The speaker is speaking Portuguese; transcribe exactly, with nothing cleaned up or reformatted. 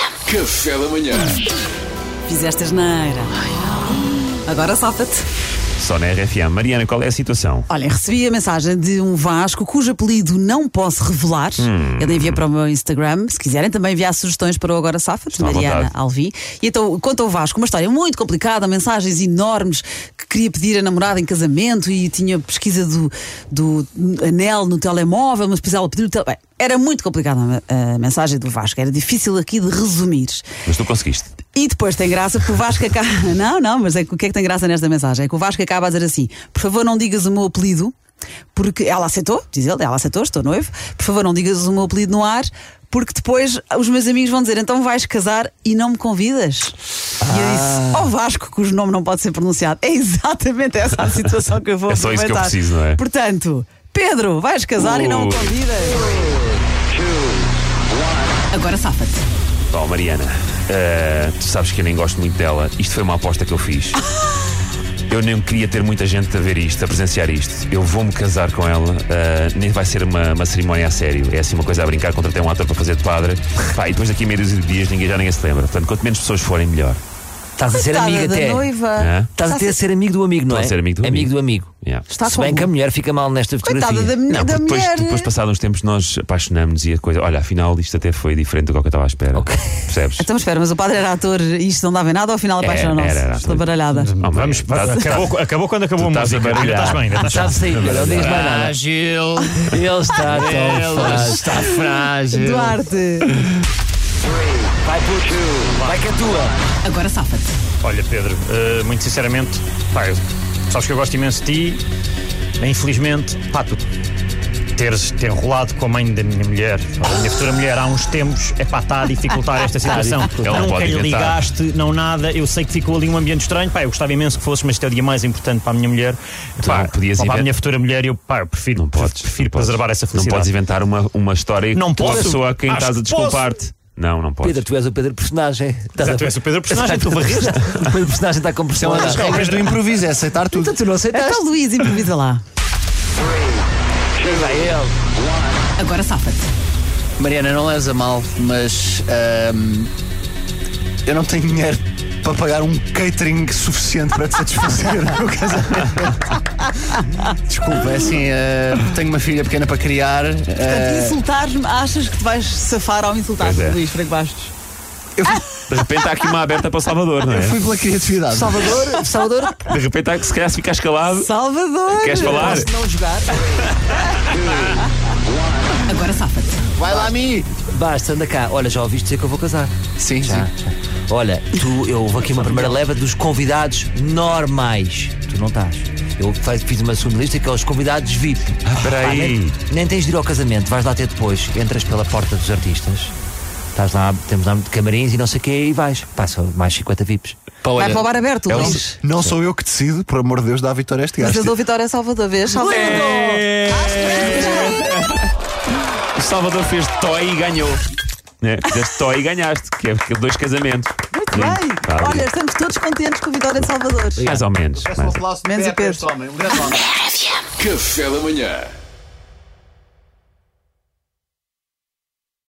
Café da manhã. Fizeste asneira. Agora safa-te. Só na R F M. Mariana, qual é a situação? Olha, recebi a mensagem de um Vasco cujo apelido não posso revelar. Hum. Ele envia para o meu Instagram. Se quiserem também enviar sugestões para o Agora Safa-te, Estão à Mariana vontade. Alvi. E então conta o Vasco uma história muito complicada, mensagens enormes, que queria pedir a namorada em casamento e tinha pesquisa do, do anel no telemóvel, mas depois ela pediu o telemóvel. Era muito complicada a, a mensagem do Vasco, era difícil aqui de resumir. Mas tu conseguiste. E depois tem graça porque o Vasco acaba. Não, não, mas é que o que é que tem graça nesta mensagem? É que o Vasco acaba a dizer assim: por favor, não digas o meu apelido, porque ela aceitou, diz ele, ela aceitou, estou noivo. Por favor, não digas o meu apelido no ar, porque depois os meus amigos vão dizer: então vais casar e não me convidas? Ah. E eu disse: ó oh, Vasco, cujo nome não pode ser pronunciado. É exatamente essa a situação que eu vou É só isso que eu aproveitar. preciso, não é? Portanto, Pedro, vais casar Uh. e não me convidas? Agora safa-te. Bom, Mariana, uh, tu sabes que eu nem gosto muito dela. Isto foi uma aposta que eu fiz. Eu nem queria ter muita gente a ver isto, a presenciar isto. Eu vou-me casar com ela, uh, nem vai ser uma, uma cerimónia a sério. É assim uma coisa a brincar, contratei um ator para fazer de padre. Pá, e depois daqui a meia dúzia de dias ninguém, já ninguém se lembra. Portanto, quanto menos pessoas forem, melhor. Estás a ser Coitada amigo da até. noiva. Hã? Estás a ter a ser amigo do amigo, não Estou é? a ser amigo do amigo. do amigo. Yeah. Está Se bem como? que a mulher fica mal nesta fotografia. Coitada da, Não, da porque depois, mulher. depois passados uns tempos nós apaixonamos-nos e a coisa. Olha, afinal isto até foi diferente do que eu estava à espera. Ok. Percebes? Então, mas espera, mas o padre era ator e isto não dava em nada ou afinal apaixonou-se? Era, era, Estou era. baralhada. Oh, Vamos, estás- acabou, acabou quando acabou Tu a estás a música. Ainda baralhar. estás bem, ainda estás Está a sair, não digas mais nada. Frágil, Ele está tão ela frágil. está frágil. Duarte, Vai por Vai que é tua. agora safa-te. Olha, Pedro, eh, muito sinceramente, pá, eu- sabes que eu gosto imenso de ti. Infelizmente, pá, tu teres ter enrolado com a mãe da minha mulher, ou da minha futura mulher, há uns tempos, é pá, está a dificultar esta situação. Ela Nunca pode lhe inventar. ligaste, não nada. Eu sei que ficou ali um ambiente estranho. Pá, eu gostava imenso que fosses, mas este é o dia mais importante para a minha mulher. Pá, não podias ou para a inventar- minha futura mulher, eu, pá, eu prefiro, Não podes, prefiro não podes. preservar essa Não felicidade. podes inventar uma, uma história Não com a posso. pessoa a quem Acho estás a que posso. desculpar-te. Não, não podes. Pedro, tu és o Pedro personagem. Estás Já a- tu és o Pedro personagem, tu varreste. O Pedro personagem está com É uma das personalidade. regras do improviso, é aceitar tudo. Então tu não aceitaste. Então, Luís, improvisa lá. Vai ele. Agora safa-te. Mariana, não lês a mal, mas ahm, eu não tenho dinheiro para pagar um catering suficiente para te satisfazer no meu casamento. Desculpa, é assim, ah, tenho uma filha pequena para criar. Portanto, ah, insultar-me, achas que te vais safar ao insultar-me, Pois é. Luís Franco Bastos? eu fui, De repente há aqui uma aberta para Salvador, não é? fui pela criatividade. Salvador, Salvador, De repente há que se calhar se ficar escalado. Salvador. Queres falar? Posso não jogar? Agora safa-te. Vai lá, Mi! Basta, anda cá. Olha, já ouviste dizer que eu vou casar. Sim, Já. sim. Olha, tu, eu vou aqui uma primeira leva dos convidados normais. Tu não estás. Eu faz- fiz uma segunda lista que é os convidados V I P. espera Pá, aí. nem, nem tens de ir ao casamento, vais lá ter depois. Entras pela porta dos artistas. Estás lá, temos lá camarins e não sei o quê e vais. Passa mais cinquenta V I Ps. Pá, Vai olha, para o bar aberto, é o- Luís. não sou eu que decido, por amor de Deus, dá a vitória a este Mas gajo. eu dou vitória a Salvador, vês? Salvador. O Salvador fez toy e ganhou. Né? Fizeste toy e ganhaste, que é aquele dois casamentos. Muito bem. Tá ali. Olha, estamos todos contentes com a vitória de Salvador. Mais ou menos. mais ou menos. Menos o Pedro. Café da manhã.